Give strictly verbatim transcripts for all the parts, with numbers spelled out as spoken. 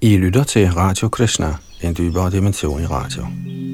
I lytter til Radio Krishna, en dybere dimension i radio.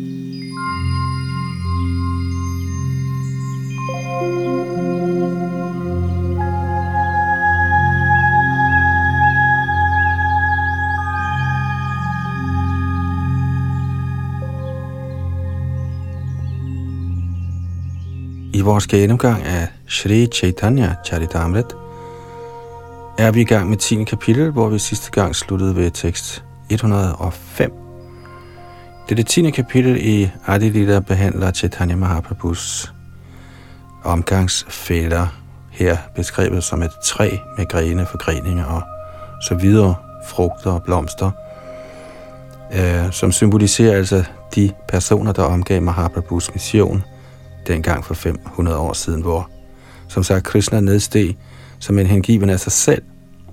I vores gennemgang af Shri Chaitanya Charitamrit er vi i gang med tiende kapitel, hvor vi sidste gang sluttede ved tekst et hundrede og fem. Dette tiende kapitel i Adi Lila behandler Chaitanya Mahaprabhus omgangsfælder, her beskrevet som et træ med grene, forgreninger og så videre, frugter og blomster, øh, som symboliserer altså de personer, der omgav Mahaprabhus mission dengang for fem hundrede år siden, hvor, som sagt, Krishna nedsteg som en hengiven af sig selv.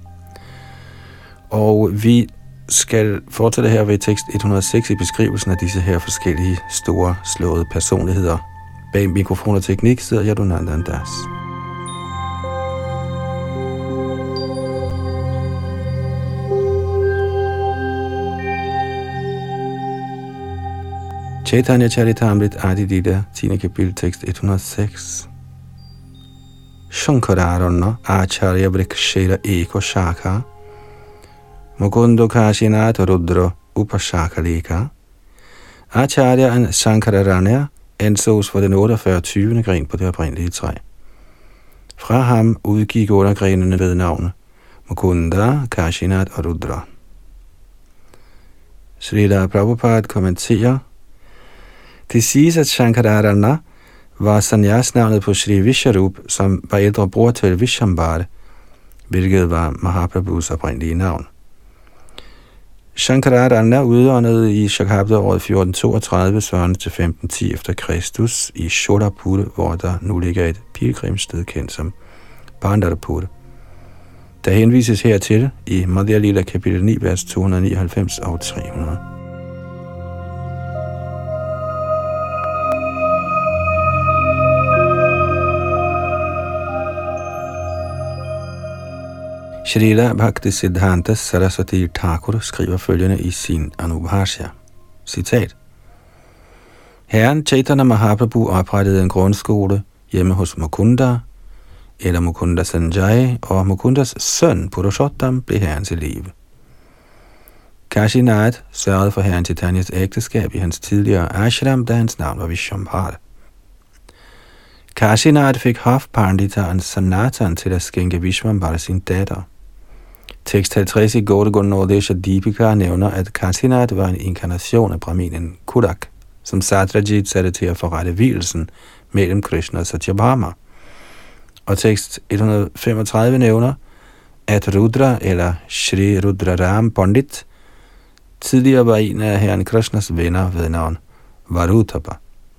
Og vi skal fortsætte her ved tekst et hundrede og seks i beskrivelsen af disse her forskellige store slåede personligheder. Bag mikrofon og teknik sidder Yadunandan Das. Chaitanya Charitamrit Adi Lila, tiende kapitel, tekst et hundrede og seks. Shankararana Acharya Vrikshera Eko Shaka Mukundo Kashinata Rudra Upashakalika. Acharya Shankararana ansås for den otteogfyrre tyvende gren på det oprindelige træ. Fra ham udgik undergrenene ved navne Mukunda, Kashinat og Rudra. Srila Prabhupada kommenterer: det siges, at Shankararana var sanyas-navnet på Shri Vishwarup, som var ældre bror til Vishambara, hvilket var Mahaprabhus oprindelige navn. Shankararana udåndede i Shakhabda-året fjorten toogtredive, svarende til femten ti efter Kristus, i Shodapur, hvor der nu ligger et pilgrimssted kendt som Pandharpur. Der henvises hertil i Madhya Lila kapitel ni, vers to hundrede nioghalvfems og tre hundrede. Shrila Bhaktisiddhanta Saraswati Thakur skriver følgende i sin Anubhashya. Citat: Herren Chaitanya Mahaprabhu oprettede en grundskole hjemme hos Mukunda, eller Mukunda Sanjay, og Mukundas søn Purushottam blev herrens elev. Kashinath sørgede for herren Chaitanyas ægteskab i hans tidligere ashram, da hans navn var Vishambara. Kashinath fik hofpanditaren Sanatan til at skænke Vishwambara sin datter. Tekst halvtreds i Gaudagunodesha Deepika nævner, at Kashinath var en inkarnation af brahminen Kudak, som Satrajit satte til at forrette vielsen mellem Krishna og Satyabhama. Og tekst et hundrede og femogtredive nævner, at Rudra eller Shri Rudraram Pandit tidligere var en af herren Krishnas venner ved navn Varutapa.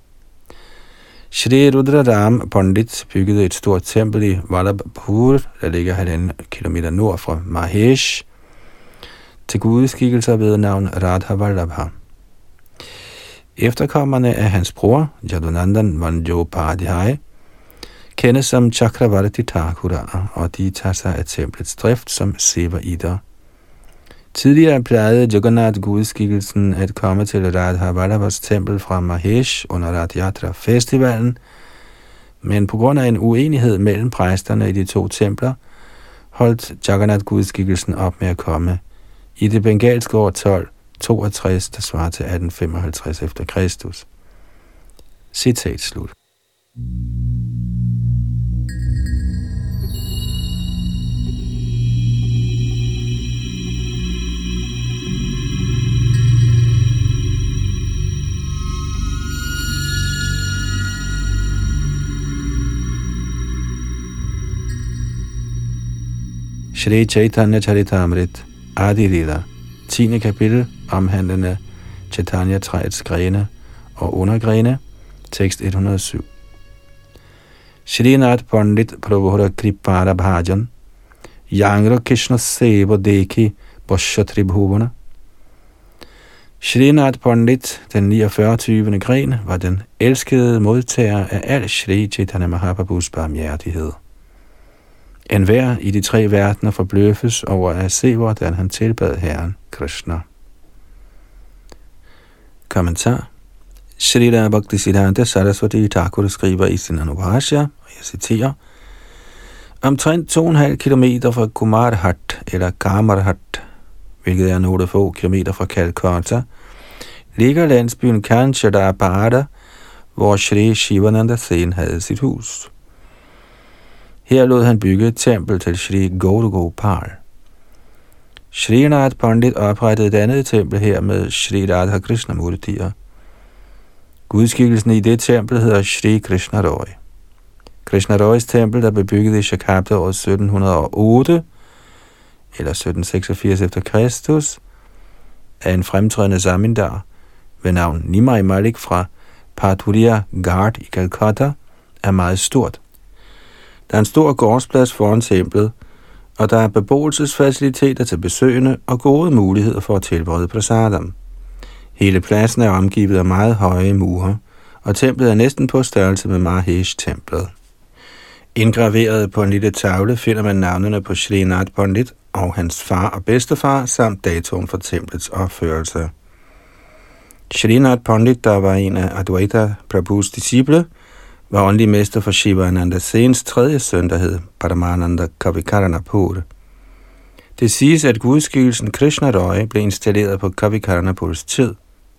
Shri Rudraram Pandit byggede et stort tempel i Vallabhpur, der ligger halvanden kilometer nord fra Mahesh, til gudeskikkelser ved navn Radha Vallabha. Efterkommerne af hans bror, Yadunandan Vanjopadhyay, kendes som Chakravarti Thakura, og de tager sig af templets drift som Seva-itter. Tidligere plejede Jagannath gudeskikkelsen at komme til Radha Vallabhas tempel fra Mahesh under Rath Yatra festivalen, men på grund af en uenighed mellem præsterne i de to templer, holdt Jagannath gudeskikkelsen op med at komme i det bengalske år tolv toogtres, der svarer til atten femoghalvtreds efter Kristus. Citat slut. Shri Chaitanya Charitamrit Adi Lila, tiende kapitel, omhandlende Chaitanya-træets grene og undergrene, tekst et hundrede og syv. Shrinath Pandit Prabhupada Kripara Bhajan Yangra Krishna Seva Dekhi Bhashatri Bhuvana. Shrinath Pandit, den niogfyrre tyvende gren, var den elskede modtager af al Shri Chaitanya Mahaprabhus barmhjertighed. Enhver i de tre verdener forbløffes over at se, hvordan han tilbad Herren Krishna. Kommentar. Shrila Bhaktisiddhanta Saraswati Thakur skriver i sin Anubhashya, og jeg citerer, omtrent to komma fem kilometer fra Kumarhat eller Kamarhat, hvilket er nogle få kilometer fra Calcutta, ligger landsbyen Kanchadapada, hvor Shri Shivananda Sen havde sit hus. Her lod han bygge et tempel til Shri Gauragopal. Srinath Pandit oprettede et andet tempel her med Shri Radha Krishna Murtier. Gudskikkelsen i det tempel hedder Shri Krishna Roy. Krishna Roys tempel, der blev bygget i Shakabda år sytten hundrede og otte, eller sytten seksogfirs efter Kristus, er en fremtrædende zamindar ved navn Nimai Malik fra Paturia Ghat i Calcutta, er meget stort. Der er en stor gårdsplads foran templet, og der er beboelsesfaciliteter til besøgende og gode muligheder for at tilberede prasadam. Hele pladsen er omgivet af meget høje mure, og templet er næsten på størrelse med Mahesh-templet. Indgraveret på en lille tavle finder man navnene på Srinath Pandit og hans far og bedstefar, samt datoen for templets opførelse. Srinath Pandit, der var en af Advaita Prabhus disciple, var åndelig mester for Shivananda Sens tredje søn, der hed Paramananda Kavikaranapur. Det siges, at gudskikkelsen Krishna Roy blev installeret på Kavikaranapurs tid.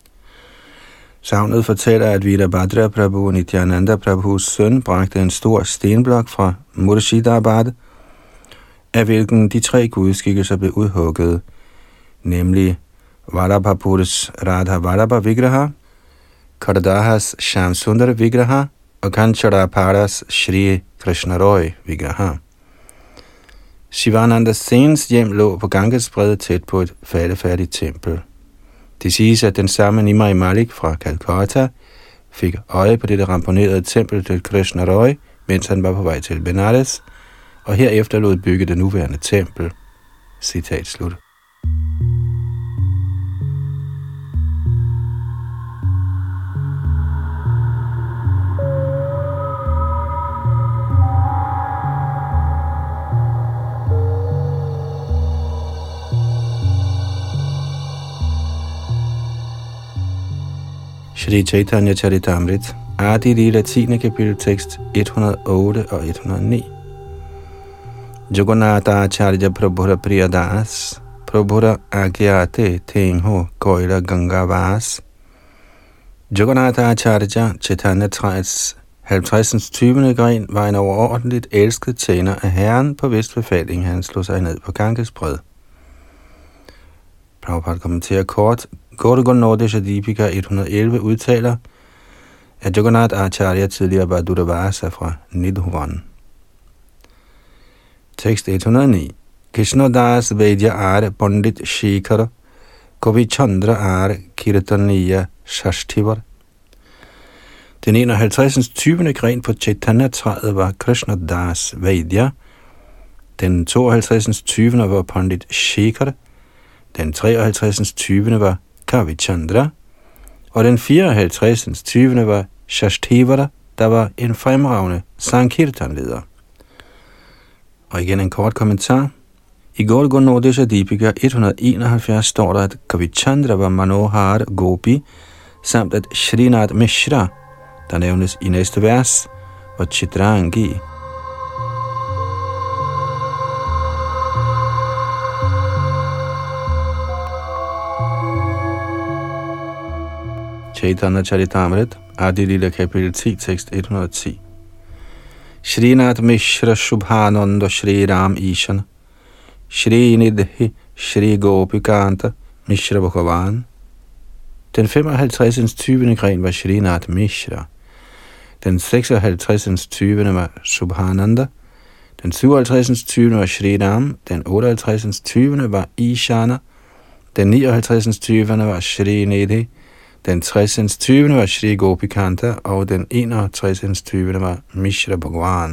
Savnet fortæller, at Virabhadra Prabhu og Nityananda Prabhus søn bragte en stor stenblok fra Murshidabad, af hvilken de tre gudskikkelser blev udhugget, nemlig Vallabhapurs Radha Vallabha Vigraha, Kardahas Shamsundar Vigraha og Kanchadapadas Shri Krishna Roy Vigraha. Shivananda Sens hjem lå på Ganges bred tæt på et faldefærdigt tempel. Det siges, at den samme Nimai Malik fra Calcutta fik øje på dette ramponerede tempel til Krishna Roy, mens han var på vej til Benares, og herefter lod bygge det nuværende tempel. Citat slut. Shri Chaitanya Charitamrit, Adi Lila tiende kapitel tekst et hundrede og otte og et hundrede og ni. Jagannatha Acharya Prabhura Priyadas, Prabhura Agyate Tengho Koila Gangavas. Jagannatha Acharya Chaitanya træets halvtredsens tyvende gren var en overordentligt elsket tjener af Herren, på hvis befaling han slog sig ned på Ganges bred. Prabhupada kommenterer kort. Gauranga Nordesha Deepika et hundrede og elleve udtaler, at Jagannath Acharya tidligere var Durvasa fra Nidhuvan. Tekst et hundrede og ni. Krishnadas Vedya Are Pandit Shekhar Kavi Chandra Are Kirtaniya Shashtivar. Den enoghalvtredsens tyvende gren på Chaitanya-træet var Krishnadas Vedya. Den tooghalvtredsens tyvende var Pandit Shekhar. Den treoghalvtredsens tyvende var Kavi Chandra, og den fireoghalvtredsens tyvende var Shashtivara, der var en fremragende Sankirtan-leder. Og igen en kort kommentar. I Gauranga Nordesha Deepika et hundrede og enoghalvfjerds står der, at Kavi Chandra var Manohar Gopi, samt at Srinath Mishra, der nævnes i næste vers, var Chitrangi. Chaitanya Charitamrit, Adi Lila kapitel ti, tekst et hundrede og ti. Srinath Mishra Shubhananda Shri Ram Ishan Shri Nidhi Shri Gopikanta Mishra Bhagavan. Den femoghalvtredsens tyvende gren var Srinath Mishra. Den seksoghalvtredsens tyvende var Subhananda. Den syvoghalvtredsens tyvende var Shri Ram. Den otteoghalvtredsens tyvende var Ishana. Den nioghalvtredsens tyvende var Shri Nidhi. Den tresens tyvende var Shri Gopikanta, og den enoghalvtredsens tyvende var Mishra Bhagavan.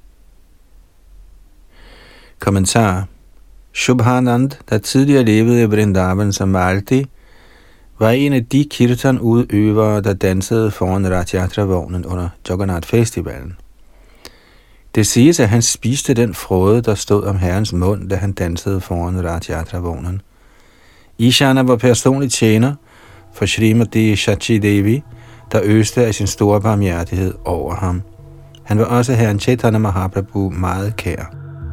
Kommentar. Shubhanand, der tidligere levede i Vrindavan som Malti, var en af de kirtan-udøvere, der dansede foran Rath Yatra-vognen under Jagannath-festivalen. Det siges, at han spiste den frode, der stod om herrens mund, da han dansede foran Ratiyatra-vognen. Ishana var personlig tjener for Shrimati Shachi Devi, der øste af sin store barmhjertighed over ham. Han var også herren Chaitanya Mahaprabhu meget kær.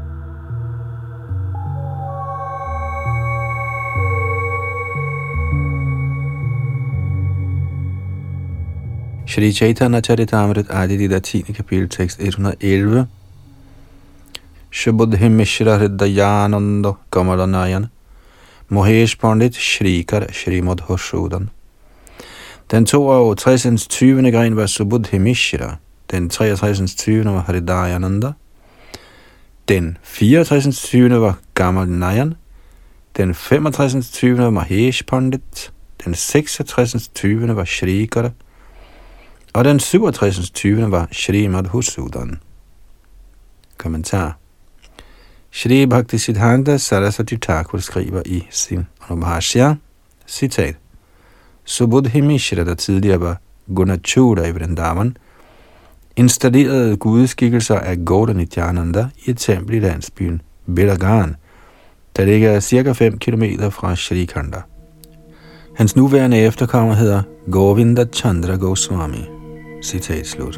Shri Chaitanya Charitamrita Adilita tiende kapitel, tekst et hundrede og elleve. Shubudhi Mishra Hridayananda Kamalanayan Mohesh Pandit Shrikar Shrimad Hoshudan. Den toogtres tyvende gren var Subudhi Mishra. Den treogtres tyvende var Hridayananda. Den fireogtres tyvende var Gamal Nayan. Den femogtres tyvende var Mahesh Pandit. Den seksogtres tyvende var Shrikar. Og den syvogtres tyvende var Shri Madhusudan. Kommentar. Shri Bhaktisiddhanta Saraswati Thakur skriver i sin Anubhashya, citat, Subudhi Mishra, der tidligere var Gunachura i Vrindavan, installerede gudeskikkelser af Gauda Nityananda i et tempel i landsbyen Belagan, der ligger cirka fem kilometer fra Shrikanda. Hans nuværende efterkommer hedder Govinda Chandra Goswami. Citat slut.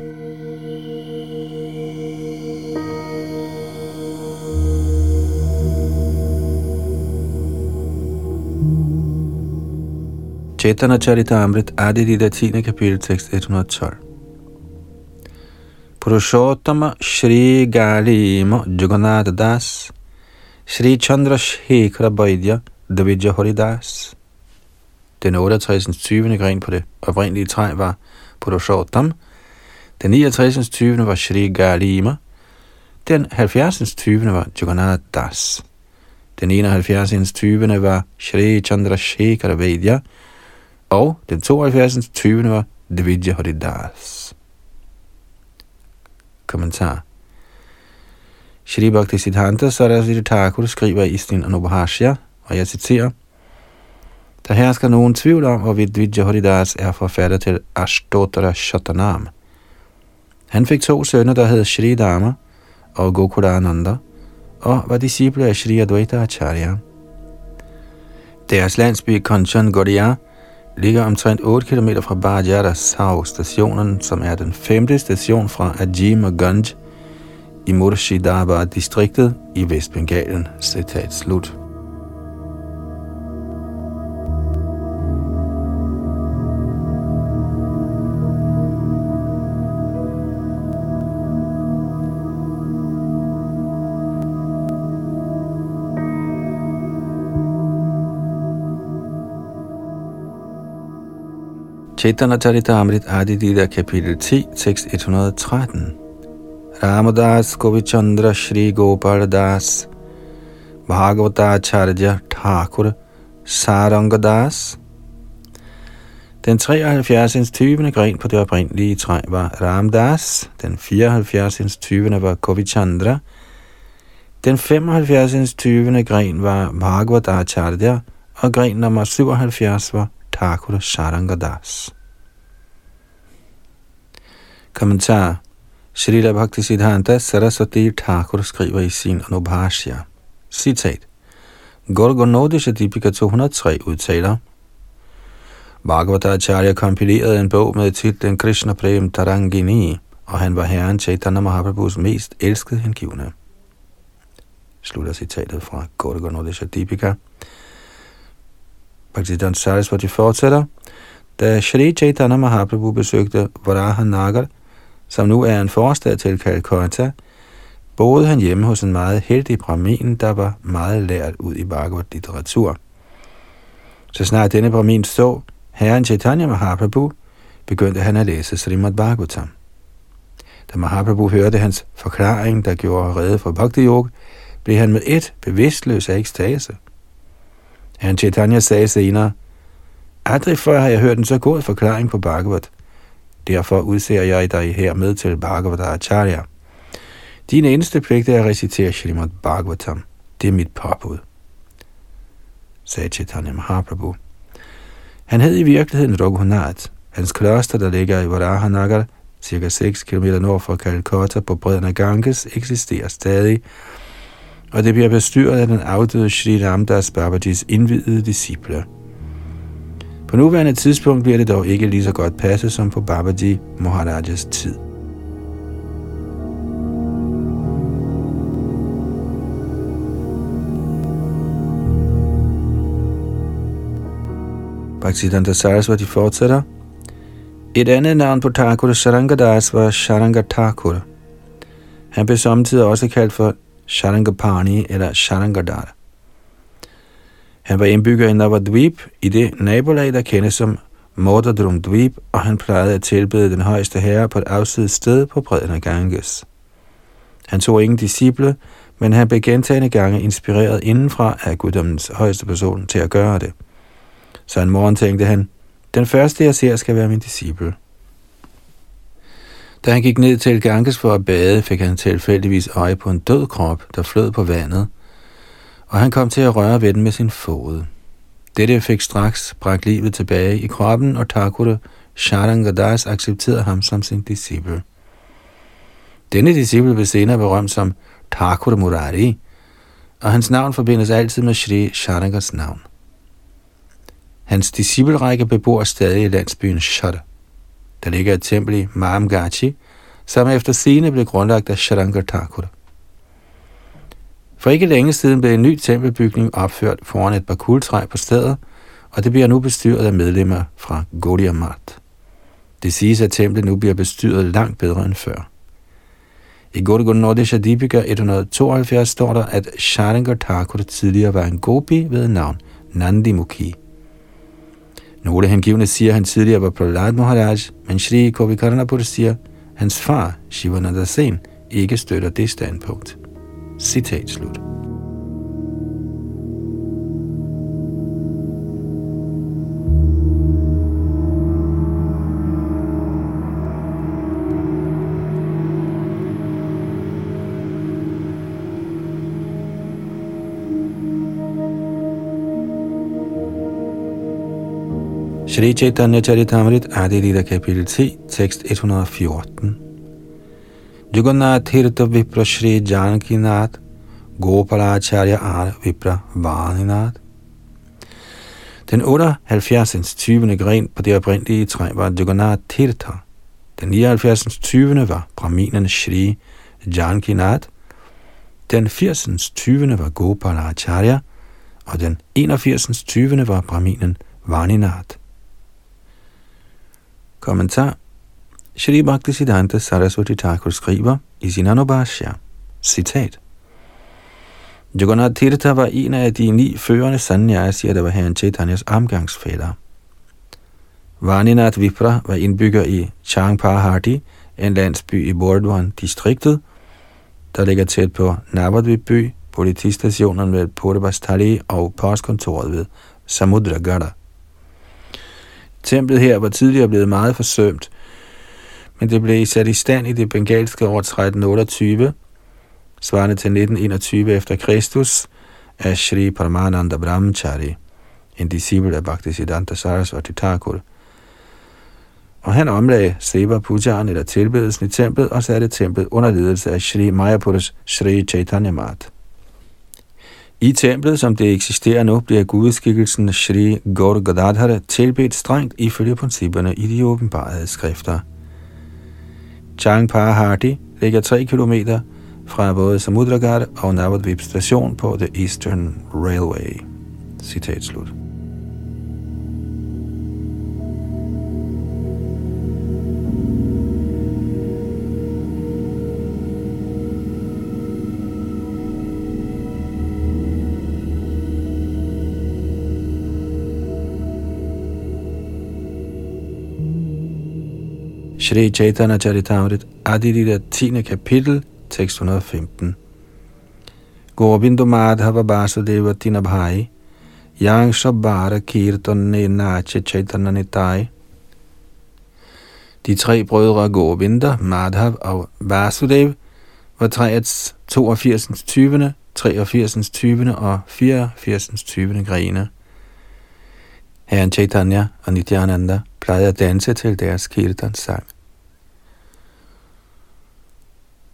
Chaitanya Charitamrita Adilita tiende kapitel, tekst et hundrede og tolv. Purushottama Shri Galima Jagannath Das Shri Chandra Shekhara Vaidya Davijja Haridas. Den otteogtres tyvende gren på det oprindelige træ var Purushottam. Den niogtres tyvende var Shri Galima. Den halvfjerds tyvende var Jagannath Das. Den enoghalvfjerds tyvende var Shri Chandra Shekhara Vaidya. Og den tooghalvfjerds tyvende var Davijja Haridas. Kommentar. Shri Bhaktisiddhanta Saraswati Thakur skriver i sin Anubhashya, og jeg citerer, der hersker nogen tvivl om, hvorvidt Davijja Haridas er forfatter til Ashtotara Shatanam. Han fik to sønner, der hed Shri Dharma og Gokulananda, og var disciple af Shri Advaita Acharya. Deres landsby Kanchan Goria ligger omtrent otte kilometer fra Bajara Sao stationen, som er den femte station fra Ajimaganj i Murshidabad-distriktet i Vestbengalen. Citat slut. Chaitanya Charitamrita Adilita kapitel ti, tekst et hundrede og tretten. Ramadas Govichandra Shri Gopal Das Bhagavata Charya Thakur Sarangadas. Den treoghalvfjerds tyvende gren på det oprindelige træ var Ramdas. Den fireoghalvfjerds tyvende var Govichandra. Den femoghalvfjerds tyvende gren var Bhagavata Charya, og gren nummer syvoghalvfjerds var Thakur Sarangadas. Kommentar. Shrila Bhaktisiddhanta Saraswati Thakur skriver i sin Anubhashya, citat, Gorgonodisha Dipika to hundrede og tre udtaler, Bhagavata Acharya kompilerede en bog med titlen Krishna Prem Tarangini, og han var herren Chaitanya Mahaprabhus mest elskede hengivne. Slutter citatet fra Gorgonodisha Dipika. Bhaktisiddhanta Saraswati fortsætter, da Shri Chaitanya Mahaprabhu besøgte Varahanagar, som nu er en forstad til Calcutta, boede han hjemme hos en meget heldig brahmin, der var meget lært ud i Bhagavad-litteratur. Så snart denne brahmin så herren Chaitanya Mahaprabhu, begyndte han at læse Srimad Bhagavatam. Da Mahaprabhu hørte hans forklaring, der gjorde rede for Bhakti Yoga, blev han med et bevidstløs af ekstase. Herren Chaitanya sagde senere, aldrig før har jeg hørt en så god forklaring på Bhagavat. Derfor udser jeg dig hermed til Bhagavata Acharya. Din eneste pligt er at recitere Srimad Bhagavatam. Det er mit påbud, sagde Chaitanya Mahaprabhu. Han hed i virkeligheden Raghunath. Hans kloster, der ligger i Varahanagar, cirka seks kilometer nord for Calcutta på bredden af Ganges, eksisterer stadig, og det bliver bestyret af den afdøde Shri Ramdas Babajis indvidede disciple. På nuværende tidspunkt bliver det dog ikke lige så godt passet som på Babaji Maharajas tid. Bhaktisiddhanta Saraswati fortsætter. Et andet navn på Thakur Sharangadas var Sharanga Thakur. Han blev samtidig også kaldt for Sharangapani eller Sharangadar. Han var indbygger i Navadvip i det nabolag, der kendes som Mordadrum Dvip, og han plejede at tilbede den højeste herre på et afsides sted på bredden af Ganges. Han tog ingen disciple, men han blev gentagne gange inspireret indenfra af guddommens højeste person til at gøre det. Så en morgen tænkte han, den første jeg ser skal være min disciple. Da han gik ned til Ganges for at bade, fik han tilfældigvis øje på en død krop, der flød på vandet, og han kom til at røre ved den med sin fod. Dette fik straks bragt livet tilbage i kroppen, og Thakur Sharangadas accepterede ham som sin disciple. Denne disciple blev senere berømt som Thakur Murari, og hans navn forbindes altid med Shri Sharangas navn. Hans disciplerække bebor stadig i landsbyen Shada. Der ligger et tempel i Mahamgachi, som efter sigende blev grundlagt af Sharanga Thakur. For ikke længe siden blev en ny tempelbygning opført foran et bakultræ på stedet, og det bliver nu bestyret af medlemmer fra Gaudiya Math. Det siges, at templet nu bliver bestyret langt bedre end før. I Gaudiya Nordisha Dipika et hundrede og tooghalvfjerds står der, at Sharanga Thakur tidligere var en gopi ved navn Nandimukhi. Nogle hengivne siger, at han tidligere var Prahlad Maharaj, men Shri Kavikarnapur siger, at hans far, Shivananda Sen, ikke støtter det standpunkt. Citat slut. Shri Chaitanya Charitamrit Adi Lila kapitel ti, tekst et hundrede og fjorten. Jugannath Tirtha Vipra Shri Janakinath Gopalacharya Ar Vipra Vaninath. Den otteoghalvfjerds tyvende gren på det oprindelige træ var Jugannath Tirtha. Den nioghalvfjerds tyvende var Brahminen Shri Janakinath. Den firs tyvende var Gopalacharya, og den enogfirs tyvende var Brahminen Vaninath. Kommentar. Shri Bhaktisiddhanta Saraswati Thakur skriver i sin Anubhashya, citat: Jugannath Tirtha var en af de ni førende sannyasier, der var herren Chaitanyas omgangsfæller. Vaninath Vipra var indbygger i Changpaharti, en landsby i Burdwan-distriktet, der ligger tæt på Navadvip by, politistationen ved Purvastali og postkontoret ved Samudragada. Templet her var tidligere blevet meget forsømt, men det blev sat i stand i det bengalske år tretten otteogtyve, svarende til nitten enogtyve efter Kristus, af Shri Paramananda Brahmachari, en disciple af Bhaktisiddhanta Saraswati Thakur. Og han omlagde Seva Pujaen eller tilbedelsen i templet og satte templet under ledelse af Shri Mayapurs Shri Chaitanya Math. I templet, som det eksisterer nu, bliver gudskikkelsen Shri Gaur Gadadhara tilbedt strengt ifølge principperne i de åbenbarede skrifter. Changpaharti ligger tre kilometer fra både Samudraghat og Navadvip station på The Eastern Railway. Citat slut. Shri Chaitanya Charitamrit Adi Lila tiende kapitel, tekst et hundrede og femten. Govindu Madhava Vasudeva Dinabhai Yang Shabara Kirtanne Nache Chaitanya Nitai. De tre brødre Govinda, Madhav og Vasudev var træets toogfirs tyvende, treogfirs tyvende og fireogfirs tyvende grene. Herren Chaitanya og Nityananda plejede at danse til deres kirtan-sang.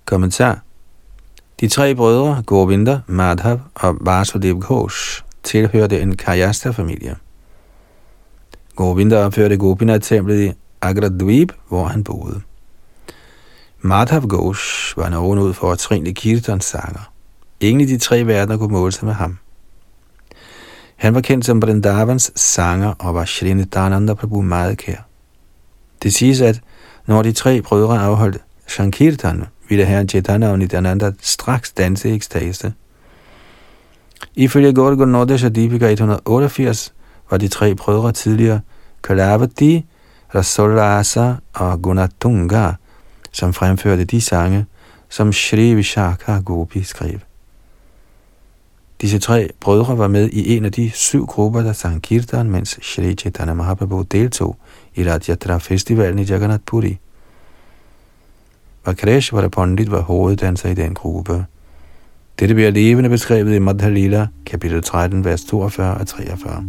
Kommentar. De tre brødre, Govinda, Madhav og Vasudev Ghosh, tilhørte en Kayastha-familie. Govinda opførte Gopinath-templet i Agradvip, hvor han boede. Madhav Ghosh var en ovenud for trinlig kirtansanger. Ingen i de tre verdener kunne måle sig med ham. Han var kendt som Vrindavans sanger og var Shri Nityananda Prabhu meget kær. Det siges, at når de tre brødre afholdt Sankirtan, ville herren Chaitanya og Nityananda straks danse i ekstase. Ifølge Gaura Ganodesha Deepika et hundrede og otteogfirs var de tre brødre tidligere Kalavati, Rasolrasa og Gunatunga, som fremførte de sange, som Shri Vishakha Gopi skrev. Disse tre brødre var med i en af de syv grupper, der sang kirtan, mens Shri Chaitanya Mahaprabhu deltog i Rath Yatra festivalen i Jagannath Puri. Vakreshvara Pandit var hoveddanser i den gruppe. Dette bliver levende beskrevet i Madhya Lila, kapitel tretten, vers toogfyrre og treogfyrre.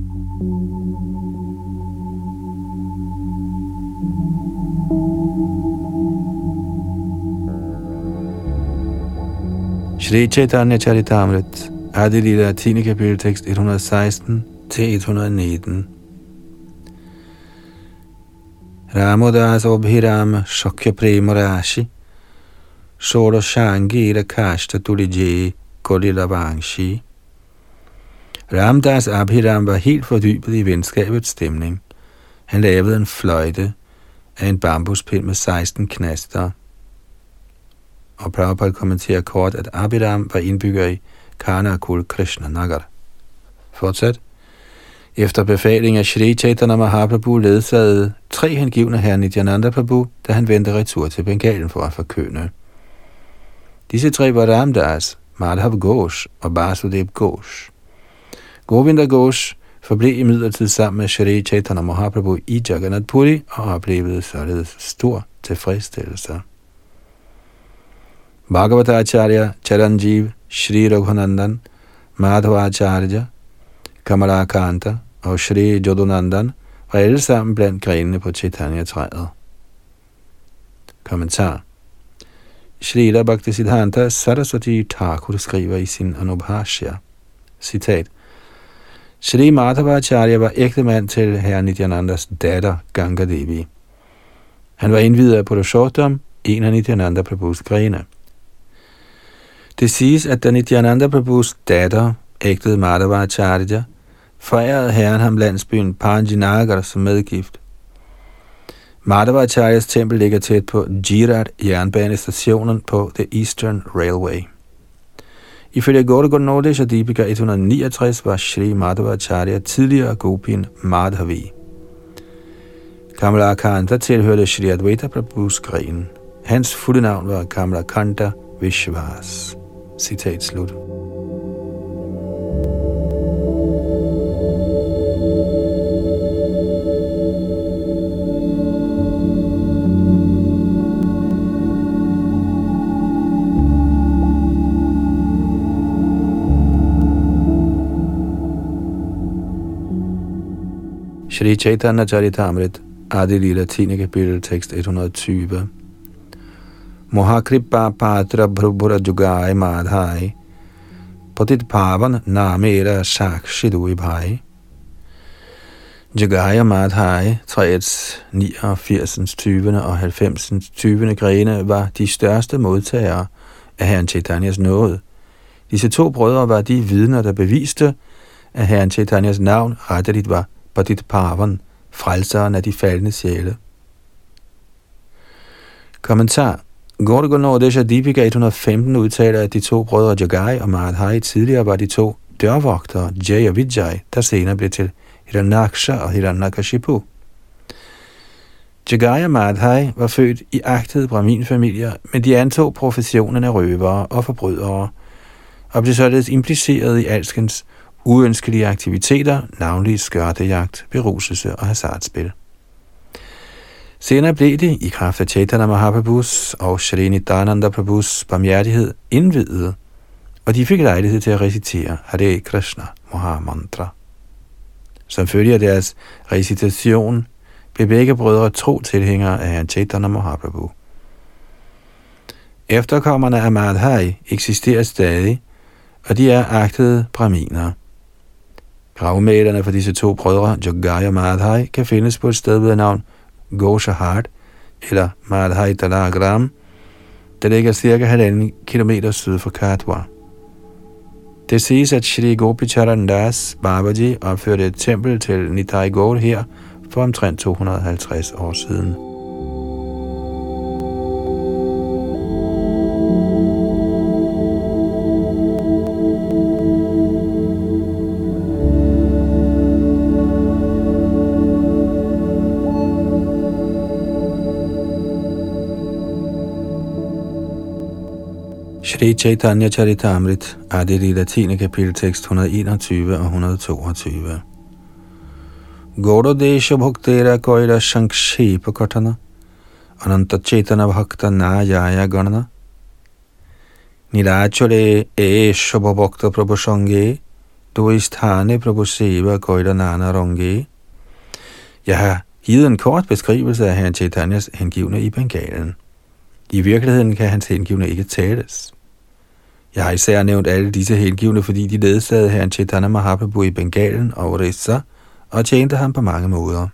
Shri Chaitanya Charitamrit, Adi Lila, tiende kapitel, tekst et hundrede og seksten til et hundrede og nitten. Ramodas Obhiram Shokya Prema Rashi Shoro Shangira Kashta Tulije Kolila Vangshi. Ramdas Abhiram var helt fordybet i venskabets stemning. Han lavede en fløjte af en bambuspind med seksten knaster. Og Prabhupada kommenterer kort, at Abhiram var indbygger i Karnakul Krishna Nagar. Fortsat. Efter befaling af Shri Chaitanya Mahaprabhu ledsagede tre hengivne herren Nityananda Prabhu, da han vendte retur til Bengalen for at forkynde. Disse tre var Ramdas, Madhav Ghosh og Vasudev Ghosh. Govinda Ghosh forblev imidlertid sammen med Shri Chaitanya Mahaprabhu i Jagannath Puri og oplevede således stor tilfredsstillelse. Bhagavatacharya Charanjeev, Shri Raghunandan, Madhavacharya, Kamalakanta og Shri Jodunandan var alle sammen blandt grenene på Chaitanya-træet. Kommentar. Shrila Bhaktisiddhanta Saraswati Thakur skriver i sin Anubhashya, citat, Shri Madhavacharya var ægtemand til herre Nityanandas datter Ganga Devi. Han var indviet af Purushottam, en af Nityananda Prabhus grene. Det siges, at da Nityananda Prabhus datter ægtede Madhavacharya, forærede herren ham landsbyen Panjinagar som medgift. Madhavacharyas tempel ligger tæt på Jirat jernbanestationen på The Eastern Railway. Ifølge Gaura Ganodesha Deepika et hundrede og niogtres var Shri Madhavacharya tidligere gopin Madhavi. Kamalakanta tilhørte Shri Advaita Prabhus gren. Hans fulde navn var Kamalakanta Vishwas. Citat slut. Shri Chaitanya Charitamrit, Adi Lila, tiende kapitel, tekst et hundrede og tyve. Mohakripa patra bhrubhura jugai madhai, patit pavan namera sakshidui bhai. Jagaya Madhai, træets niogfirsens, tyvende og halvfemsens, tyvende grene, var de største modtagere af herren Chaitanyas nåde. Disse to brødre var de vidner, der beviste, at herren Chaitanyas navn retteligt var Patit Pavan, frelseren af de faldne sjæle. Kommentar. Gaura Ganodesha Deepika et hundrede og femten udtaler, at de to brødre Jagai og Madhai tidligere var de to dørvogtere, Jay og Vijay, der senere blev til Hiranyaksha og Hiranyakashipu. Jagai og Madhai var født i agtede brahmin-familier, men de antog professionen af røvere og forbrydere, og blev således impliceret i alskens uønskelige aktiviteter, navnlig skørtejagt, beruselse og hasardspil. Senere blev det, i kraft af Chaitanya Mahaprabhus og Shri Nityananda Prabhus barmhjertighed, indviede, og de fik lejlighed til at recitere Hare Krishna Mahamantra. Som følge af deres recitation blev begge brødre tro tilhængere af herren Chaitanya Mahaprabhu. Efterkommerne af Madhai eksisterer stadig, og de er agtede brahminer. Gravmælerne for disse to brødre, Jogai og Madhai, kan findes på et sted ved navn Goshahat, eller Madhai Dalagram, der ligger cirka halvanden kilometer syd for Katwa. Det siges, at Shri Gopicharan Das Babaji opførte et tempel til Nitai Gaur her for omtrent to hundrede og halvtreds år siden. Shri Chaitanya Charitamrit, Adi Lila tiende kapitel, tekst et hundrede og enogtyve og et hundrede og toogtyve. Gaudadesha bhaktera koira sankshepa katana, ananta chetana bhakta najaya ganana, nirachare esha bhakta prabhusange, duisthane prabhuseva koira nana range. Jeg har givet en kort beskrivelse af herren Chaitanyas hengivne i Bengalen. I virkeligheden kan hans hengivne ikke tales. Jeg har især nævnt alle disse hengivne, fordi de ledsagede herren Chaitanya Mahaprabhu i Bengalen og Orissa og tjente ham på mange måder.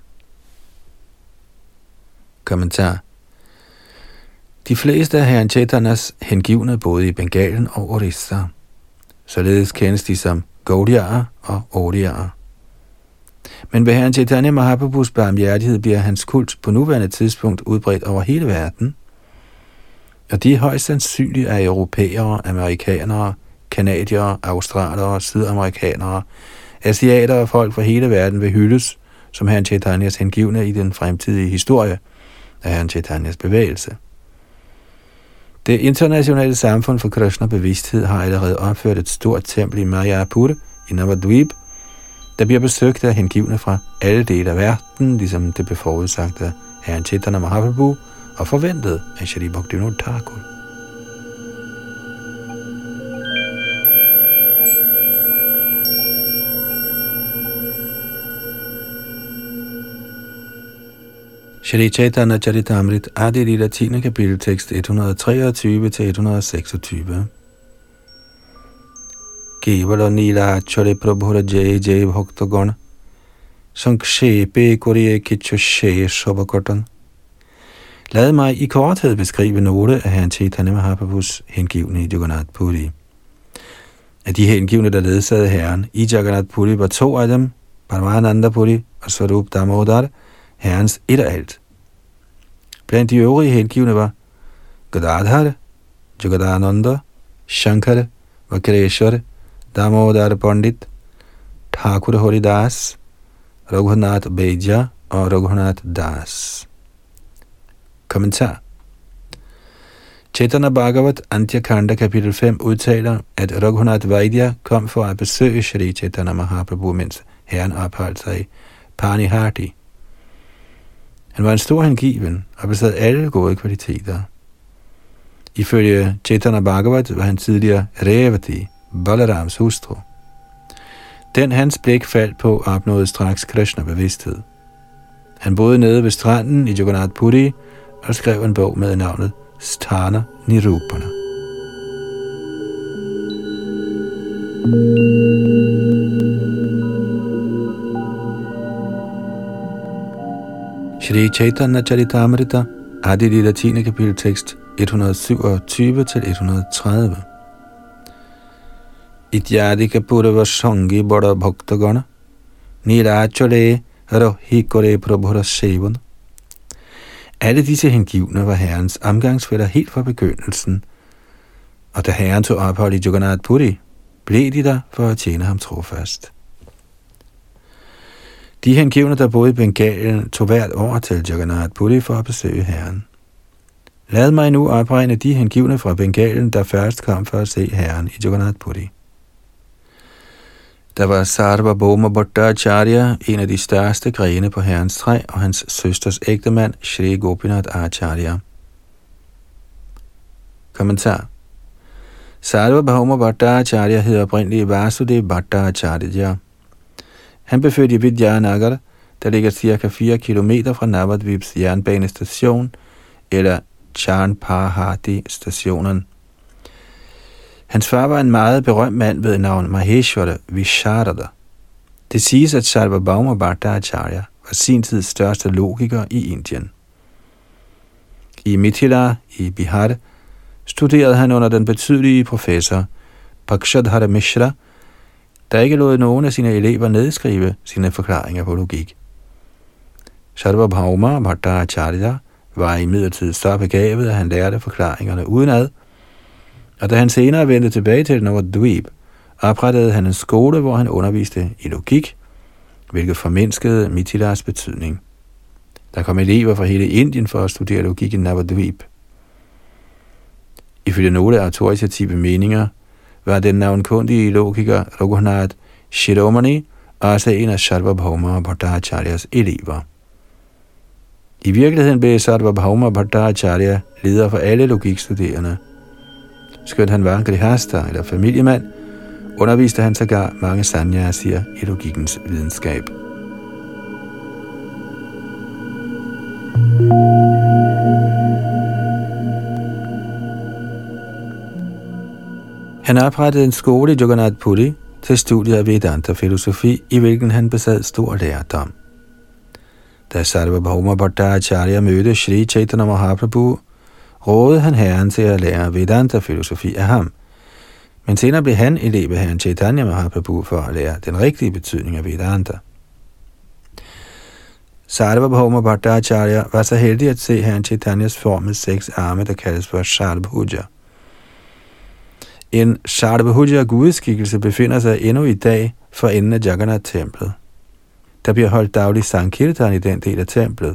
Kommentar. De fleste af herren Chaitanyas hengivne boede i Bengalen og Orissa. Således kendes de som Gaudiyaer og Odiyaer. Men ved herren Chaitanya Mahaprabhus barmhjertighed bliver hans kult på nuværende tidspunkt udbredt over hele verden, og de er højst sandsynligt af europæere, amerikanere, kanadiere, australere, sydamerikanere, asiater og folk fra hele verden vil hyldes som herren Chaitanyas hengivne i den fremtidige historie af herren Chaitanyas bevægelse. Det internationale samfund for Krishna bevidsthed har allerede opført et stort tempel i Mayapur i Navadvip, der bliver besøgt af hengivne fra alle dele af verden, ligesom det blev forudsagt af herren Chaitanya Mahaprabhu og forventet af Shri Bhaktivinoda Thakur. Shri Chaitanya Charitamrit, Adi Lila tiende kapitel, tekst et hundrede og treogtyve til et hundrede og seksogtyve. Kevala Nila Chare Prabhura Jai Jai Bhaktagana Sankshepe Koriye Kicho Shea Shabakatan. Lad mig i korthed beskrive nogle af herren Chaitanya Mahaprabhus hengivne i Jagannath Puri. Af de hengivne, der ledsagede herren i Jagannath Puri, var to af dem, Paramananda Puri og Swarup Damodar, herrens et og alt. Blandt de øvrige hengivne var Gadadhar, Jagadananda, Shankar, Vakreshwar, Damodar Pandit, Thakur Haridas, Raghunath Beja og Raghunath Das. Kommentar. Chaitanya Bhagavat Antya Kanda kapitel fem udtaler, at Raghunath Vaidya kom for at besøge Shri Chaitanya Mahaprabhu, mens herren opholdt sig i Panihati. Han var en stor hengiven og besad alle gode kvaliteter. Ifølge Chaitanya Bhagavat var han tidligere Revati, Balarams hustru. Den hans blik faldt på opnåede straks Krishna-bevidsthed. Han boede nede ved stranden i Jagannath Puri og skrev en bog med navnet Sthana Nirupana. Shri Chaitanya Charitamrita, Adi Lila tiende kapitel, tekst et hundrede og syvogtyve til et hundrede og tredive. Ityadika purva sangi bada bhaktagana nirachale rahikore prabhura sevan. Alle disse hengivne var herrens omgangsfæller helt fra begyndelsen, og da herren tog ophold i Jagannath Puri, blev de der for at tjene ham trofast. De hengivne, der boede i Bengalen, tog hvert år til Jagannath Puri for at besøge herren. Lad mig nu opregne de hengivne fra Bengalen, der først kom for at se herren i Jagannath Puri. Der var Sarvabhauma Bhattacharya, en af de største grene på herrens træ, og hans søsters ægtemand, Shri Gopinath Acharya. Kommentar. Sarvabhauma Bhattacharya hedder oprindeligt Vasudev Bhattacharya. Han blev født i Vidyanagar, der ligger cirka fire kilometer fra Navadvips jernbanestation, eller Charnpahati-stationen. Hans far var en meget berømt mand ved navn Maheshwara Visharada. Det siges, at Sarvabhauma Bhattacharya var sin tids største logiker i Indien. I Mithila i Bihar studerede han under den betydelige professor Pakshadhara Mishra, der ikke lod nogen af sine elever nedskrive sine forklaringer på logik. Sarvabhauma Bhattacharya var imidlertid så begavet, at han lærte forklaringerne udenad, og da han senere vendte tilbage til Navadvip, oprettede han en skole, hvor han underviste i logik, hvilket formindskede Mithilas betydning. Der kom elever fra hele Indien for at studere logik i Navadvip. Ifølge nogle autoritative meninger var den navnkundige logiker Raghunath Shiromani også en af Sarvabhauma Bhattacharyas elever. I virkeligheden blev Sarvabhauma Bhattacharya leder for alle logikstuderende. Skønt han var grihasta eller familiemand, underviste han sågar mange sannyasier i logikkens videnskab. Han oprettede en skole i Jagannath Puri til studiet af Vedanta-filosofi, i hvilken han besad stor lærdom. Da Sarvabhauma Bhattacharya mødte Shri Chaitanya Mahaprabhu, rådede han herren til at lære Vedanta-filosofi af ham. Men senere blev han elev af herren Chaitanya Mahaprabhu for at lære den rigtige betydning af Vedanta. Sarvabhauma Bhattacharya var så heldig at se herren Chaitanyas form med seks arme, der kaldes for Sharbhuja. En Sharbhuja gudeskikkelse befinder sig endnu i dag for enden af Jagannath-templet. Der bliver holdt daglig Sankirtan i den del af templet.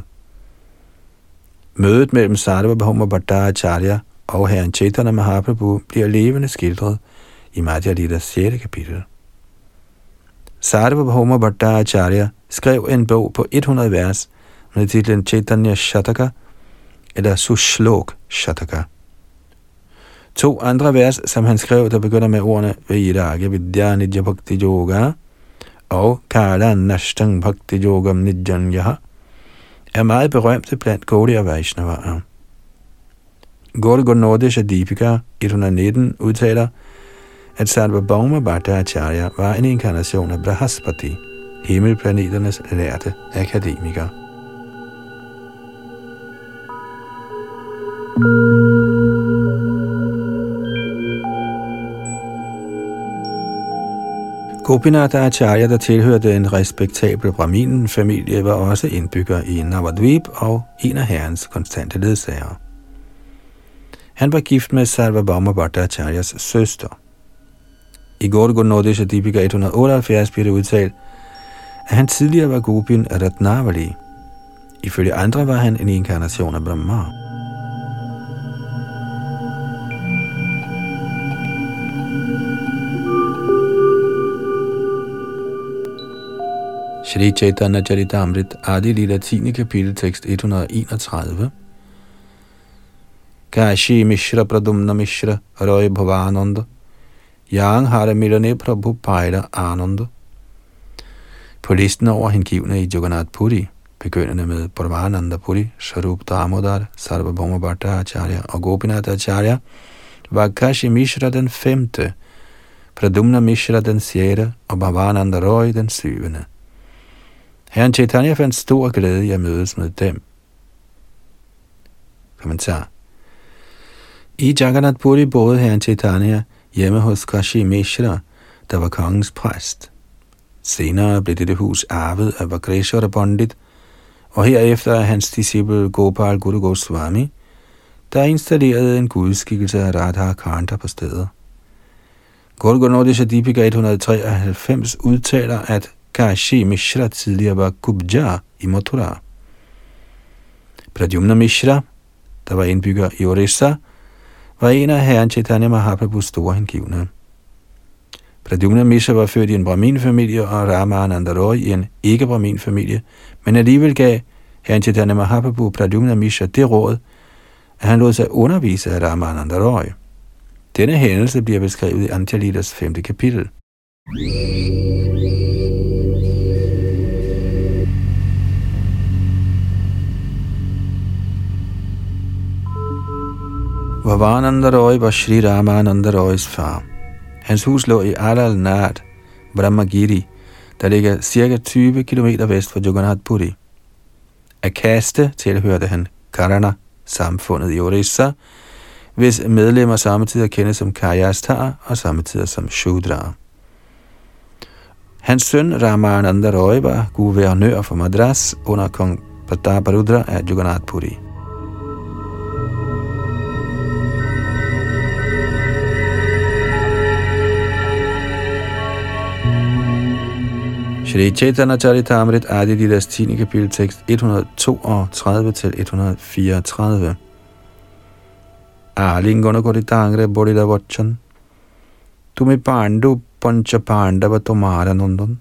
Mødet mellem Sarvabhauma Bhattacharya og herren Chaitanya Mahaprabhu bliver levende skildret i Madhya Litas sjette kapitel. Sarvabhauma Bhattacharya skrev en bog på hundrede vers med titlen Chaitanya Shataka eller Sushlok Shataka. To andre vers, som han skrev, der begynder med ordene Vairagya Vidya Nidya Bhakti Yoga og Kala Nashtang Bhakti Yogam Nidjanyaha, er meget berømte blandt Gaudiya Vaishnavaer. Gaura-Ganodesha Deepika et hundrede nitten udtaler, at Sarvabhauma Bhattacharya var en inkarnation af Brahaspati, himmelplaneternes lærte akademiker. Gopinath Acharya, der tilhørte en respektabel Brahminen-familie, var også indbygger i Navadvip og en af herrens konstante ledsagere. Han var gift med Sarvabhauma Bhattacharyas søster. I Gaura-Ganodesha Deepika et hundrede otteoghalvfjerds bliver det udtalt, at han tidligere var Gopin Ratnavali. Ifølge andre var han en inkarnation af Brahma. Shri Chaitanya Charitamrit Adi Lila tiende kapitel tekst et hundrede enogtredive. Kashi Mishra Pradumna Mishra Roy Bhavananda Yang Hara Milane Prabhu Paila Ananda. På listen over hengivne i Jagannath Puri, begyndende med Brahmananda Puri, Sharup Damodar, Sarvabhauma Bhattacharya og Gopinath Acharya, var Kashi Mishra den femte, Pradumna Mishra den sjette og Bhavananda Roy den syvende. Herren Chaitanya fandt stor glæde i at mødes med dem. Kommentar. I Jagannath Puri boede herren Chaitanya hjemme hos Kashi Mishra, der var kongens præst. Senere blev dette hus arvet af Vagreshwara Pandit, og herefter af hans disciple Gopal Guru Goswami, der installerede en gudskikkelse af Radha Kanta på stedet. Gaura-Ganodesha Deepika et hundrede treoghalvfems udtaler, at Kashi Mishra tidligere var Kubja i Mathura. Pradyumna Mishra, der var indbygger i Orissa, var en af herren Chaitanya Mahaprabhus store hengivne. Pradyumna Mishra var født i en Brahmin-familie og Ramananda Roy i en ikke-Brahmin-familie, men alligevel gav herren Chaitanya Mahaprabhu Pradyumna Mishra det råd, at han lod sig undervise af Ramananda Roy. Denne hændelse bliver beskrevet i Antya Litas femte kapitel. Bhavananda Roy var Shri Ramananda Roys far. Hans hus lå i Alalnad, Brahmagiri, der ligger cirka tyve kilometer vest for Jagannath Puri. Af kaste tilhørte han Karana, samfundet i Orissa, hvis medlemmer samtidig kendes som Kayasthar og samtidig som Shudra. Hans søn Ramananda Roy var guvernør for Madras under kong Prataparudra af Jagannath Puri. Shri Chaitanya Charitamrita Adi Lilas tiende kapitel tekst et hundrede toogtredive til et hundrede fireogtredive. Alingona Koritangre Bodhida Vachan Tumi Pandu Pancha Pandava Tomara Nundan.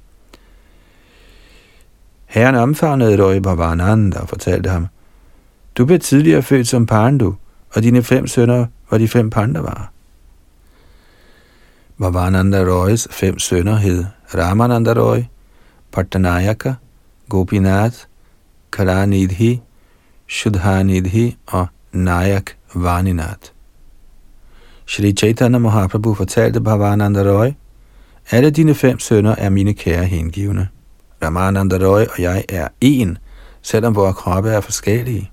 Herren omfavnede Roy Bhavananda og fortalte ham: Du blev tidligere født som Pandu, og dine fem sønner var de fem Pandavaer. Bhavananda Roys fem sønner hed Ramananda Roy, Pattanayaka, Gopinath, Kalanidhi, Shudhanidhi og Nayak Vaninath. Shri Chaitanya Mahaprabhu fortalte Bhavananda Roy: Alle dine fem sønner er mine kære hengivne. Ramananda Roy og jeg er én, selvom vores kroppe er forskellige.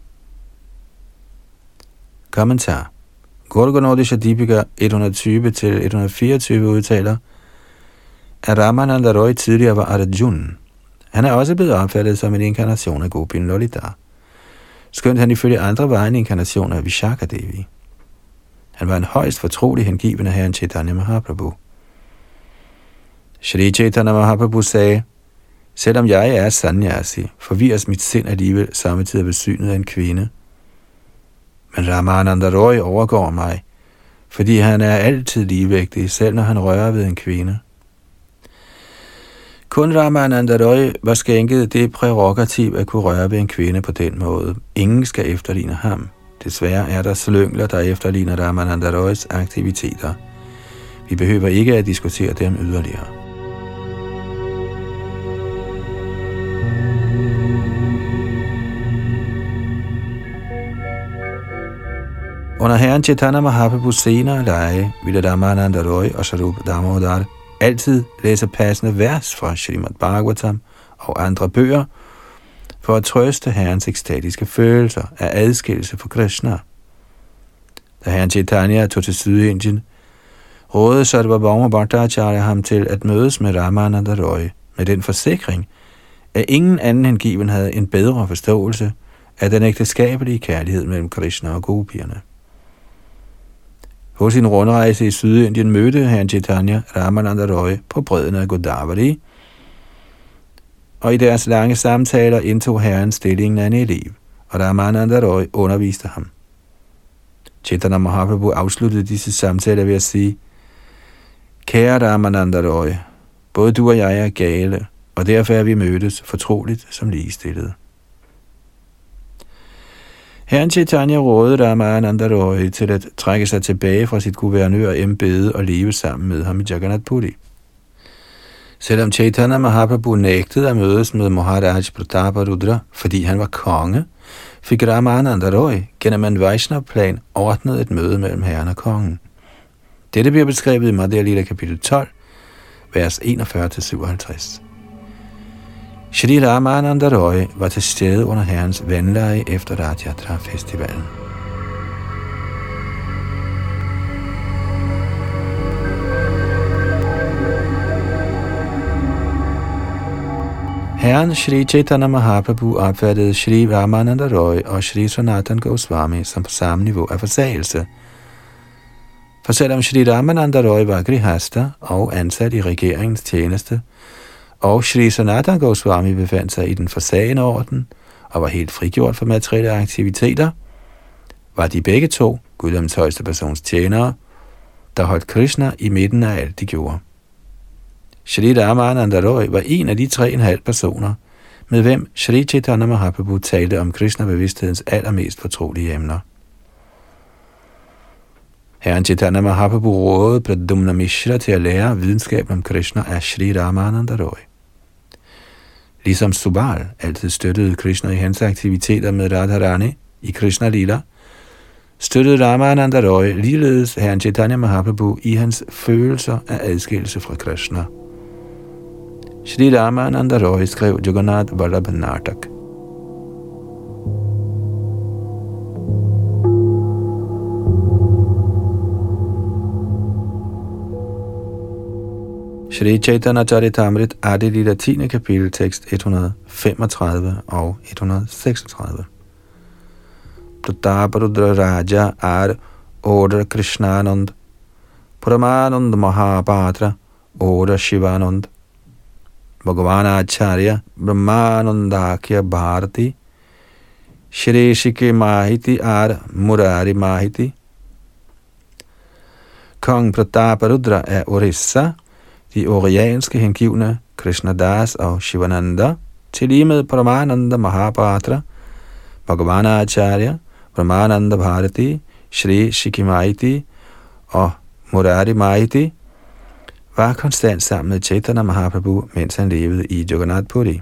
Kommentar. Gorgonodisha Deepika et hundrede tyve til et hundrede fireogtyve udtaler, at Ramananda Roy tidligere var Arjun. Han er også blevet opfattet som en inkarnation af Gopin Lolita, skønt han ifølge andre var en inkarnation af Vishaka Devi. Han var en højst fortrolig hengiven af herren Chaitanya Mahaprabhu. Shri Chaitanya Mahaprabhu sagde: Selvom jeg er sannyasi, forvirres mit sind alligevel samtidig ved synet af en kvinde. Men Ramananda Roy overgår mig, fordi han er altid ligevægtig, selv når han rører ved en kvinde. Kun Ramananda Roy var skænket det prærogativ at kunne røre ved en kvinde på den måde. Ingen skal efterligne ham. Desværre er der slyngler, der efterligner Ramananda Roys aktiviteter. Vi behøver ikke at diskutere dem yderligere. Under herren Chaitanya Mahaprabhus senere leje ville Ramananda Roy og Sarup Damodar altid læse passende vers fra Srimad Bhagavatam og andre bøger for at trøste herrens ekstatiske følelser af adskillelse for Krishna. Da herren Chaitanya tog til Sydindien, rådede Sarvabhauma Bhattacharya ham til at mødes med Ramananda Roy med den forsikring, at ingen anden hengiven havde en bedre forståelse af den ægteskabelige kærlighed mellem Krishna og gopierne. På sin rundrejse i Sydindien mødte herren Chaitanya Ramananda Roy på bredden af Godavari, og i deres lange samtaler indtog herren stillingen af en elev, og Ramananda Roy underviste ham. Chaitanya Mahaprabhu afsluttede disse samtaler ved at sige: Kære Ramananda Roy, både du og jeg er gale, og derfor er vi mødtes fortroligt som ligestillede. Herren Chaitanya rådede Ramananda Roy til at trække sig tilbage fra sit guvernør-embede og leve sammen med ham i Jagannath Puri. Selvom Chaitanya Mahaprabhu nægtede at mødes med Maharaj Prataparudra, fordi han var konge, fik Ramananda Roy gennem en Vaishnava-plan ordnet et møde mellem herren og kongen. Dette bliver beskrevet i Madhya Lila kapitel tolv, vers enogfyrre til syvoghalvtreds. Shri Ramananda Roy var til stede under herrens vandleje efter Rathayatra-festivalen. Herren Shri Chaitanya Mahaprabhu opfattede Shri Ramananda Roy og Shri Sanatana Goswami som på samme niveau af forsagelse. For selvom Shri Ramananda Roy var grihasta og ansat i regeringens tjeneste, og Shri Sanatana Goswami befandt sig i den forsagende orden og var helt frigjort for materielle aktiviteter, var de begge to Guddommens højeste persons tjenere, der holdt Krishna i midten af alt de gjorde. Shri Ramananda Roy var en af de tre og en halv personer, med hvem Shri Chaitanya Mahaprabhu talte om Krishna-bevidsthedens allermest fortrolige emner. Herren Chaitanya Mahaprabhu rådede Pradyumna Mishra til at lære videnskaben om Krishna af Shri Ramananda Roy. Ligesom Subal altid støttede Krishna i hans aktiviteter med Radharani i Krishna Lila, støttede Ramananda Roy ligeledes herren Chaitanya Mahaprabhu i hans følelser af adskillelse fra Krishna. Shri Ramananda Roy skrev Jagannath Vallabh Natak. Shri Chaitanya Charitamrit Adi Lila tiende kapitel tekst et hundrede femogtredive og et hundrede seksogtredive. Prataparudra Raja ar Order Krishnanand, Paramanand Mahapatra Order Shivanand, Bhagavana Acharya Brahmanandakya Bharati, Shri Shiki Mahiti ar Murari Mahiti. Kong Prataparudra af Orissa, de orianske hengivne Krishnadas og Shivananda, til lige med Paramananda Mahapatra, Bhagavana Acharya, Brahmananda Bharati, Shri Shikimaiti og Murari Maiti, var konstant sammen med Chaitanya Mahaprabhu, mens han levede i Jagannath Puri.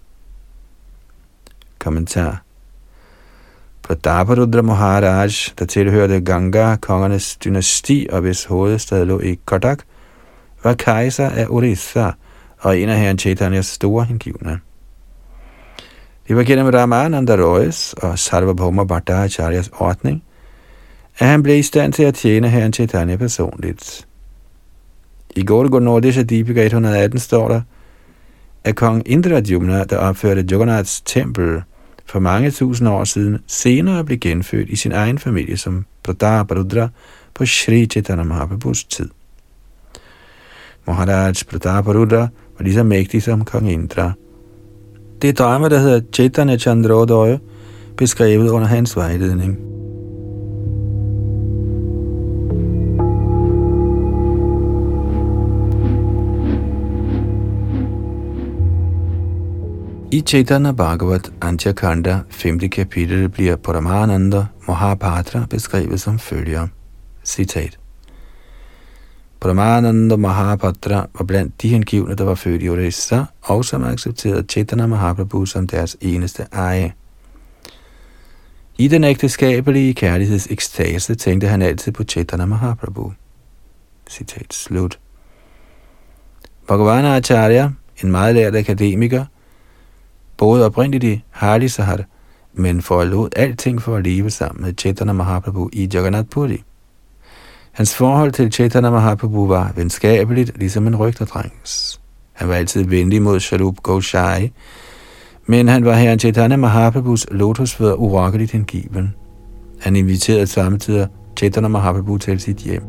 Kommentar. Prataparudra Maharaj, der tilhørte Ganga-kongernes dynasti og hvis hovedstad lå i Kotak, var kejser af Orissa og en af herren Chaitanyas store hengivne. Det var gennem Ramananda Roys og Sarvabhauma Bhattacharyas ordning, at han blev i stand til at tjene herren Chaitanya personligt. I Gaura-Nordisha Deepika et hundrede atten står der, at kong Indradyumna, der opførte Jagannaths tempel for mange tusind år siden, senere blev genfødt i sin egen familie som Prataparudra på Shri Chaitanya Mahaprabhus tid. Maharaj Prataparudra var lige så mægtig som kong Indra. Det drama, der hedder Chaitanya Chandrodaya, beskrevet under hans vejledning. I Chaitanya Bhagavat Antya-kanda, femte kapitel, bliver Paramananda Mahapatra beskrevet som følger. Citat. Paramananda Mahapatra var blandt de hengivne, der var født i Orissa, og som accepterede Chaitanya Mahaprabhu som deres eneste eje. I den ægteskabelige kærlighedsekstase tænkte han altid på Chaitanya Mahaprabhu. Citat slut. Bhagavana Acharya, en meget lært akademiker, boede oprindeligt i Harisahar, men forlod alting for at leve sammen med Chaitanya Mahaprabhu i Jagannath Puri. Hans forhold til Chaitanya Mahaprabhu var venskabeligt, ligesom en rygterdrengs. Han var altid venlig mod Sharup Gosai, men han var herren Chaitanya Mahaprabhus lotusfødder urokkeligt hengiven. Han inviterede samtidig Chaitanya Mahaprabhu til sit hjem.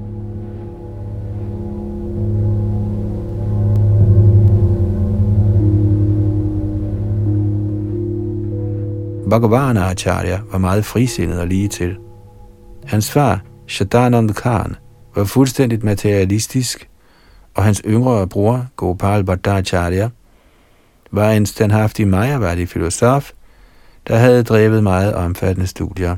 Bhagavana Acharya var meget frisindet og lige til. Hans far, Shadanand Khan, var fuldstændigt materialistisk, og hans yngre bror, Gopal Bhattacharya, var en standhaftig mayavadi filosof, der havde drevet meget omfattende studier.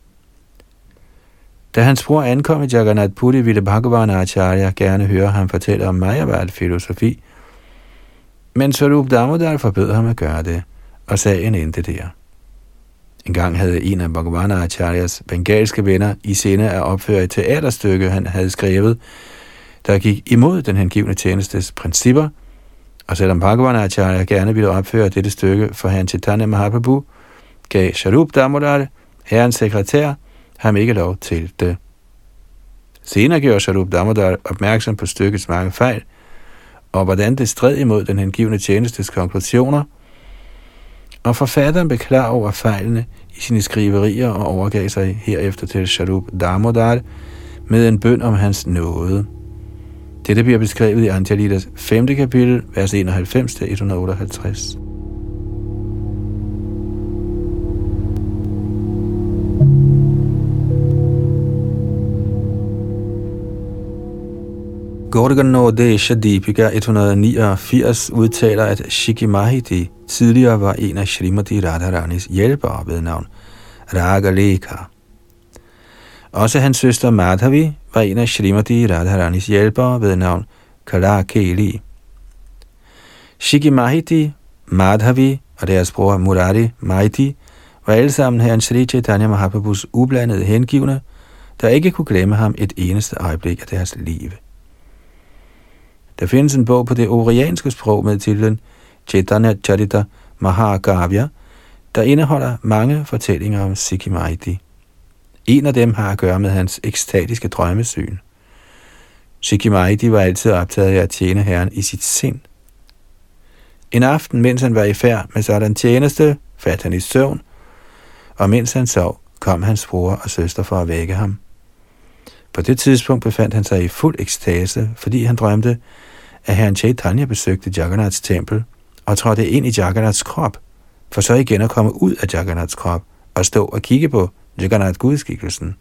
Da hans bror ankom i Jagannath Puri, ville Bhagavana Acharya gerne høre ham fortælle om mayavadi filosofi, men Swarup Damodar forbød ham at gøre det, og sagen endte der. En gang havde en af Bhagavana Acharyas bengalske venner i sinde at opføre et teaterstykke, han havde skrevet, der gik imod den hengivne tjenestes principper, og selvom Bhagavana Acharya gerne ville opføre dette stykke for herren Chaitanya Mahaprabhu, gav Sharup Damodar, herrens sekretær, ham ikke lov til det. Senere gjorde Sharup Damodar opmærksom på stykkets mange fejl, og hvordan det stred imod den hengivne tjenestes konklusioner, og forfatteren blev klar over fejlene i sine skriverier og overgav sig herefter til Sharup Damodar med en bøn om hans nåde. Dette bliver beskrevet i Antya-lilas femte kapitel, vers enoghalvfems til et hundrede otteoghalvtreds. Gaura-Nordisha Deepika et hundrede niogfirs udtaler, at Shikimahiti tidligere var en af Srimati Radharanis hjælpere ved navn Ragalekha. Også hans søster Madhavi var en af Srimati Radharanis hjælpere ved navn Kalakeli. Shikimahiti, Madhavi og deres bror Murari Maiti var alle sammen herren Shri Chaitanya Mahaprabhus ublandede hengivne, der ikke kunne glemme ham et eneste øjeblik af deres liv. Der findes en bog på det orienske sprog med titlen Chaitanya Charita Mahakavya, der indeholder mange fortællinger om Sikhi Mahiti. En af dem har at gøre med hans ekstatiske drømmesyn. Sikhi Mahiti var altid optaget af at tjene herren i sit sind. En aften, mens han var i færd med sådan tjeneste, faldt han i søvn, og mens han sov, kom hans bror og søster for at vække ham. På det tidspunkt befandt han sig i fuld ekstase, fordi han drømte, at herren Chaitanya besøgte Jagannaths tempel og trådte ind i Jagannaths krop, for så igen at komme ud af Jagannaths krop og stå og kigge på Jagannath gudskikkelsen.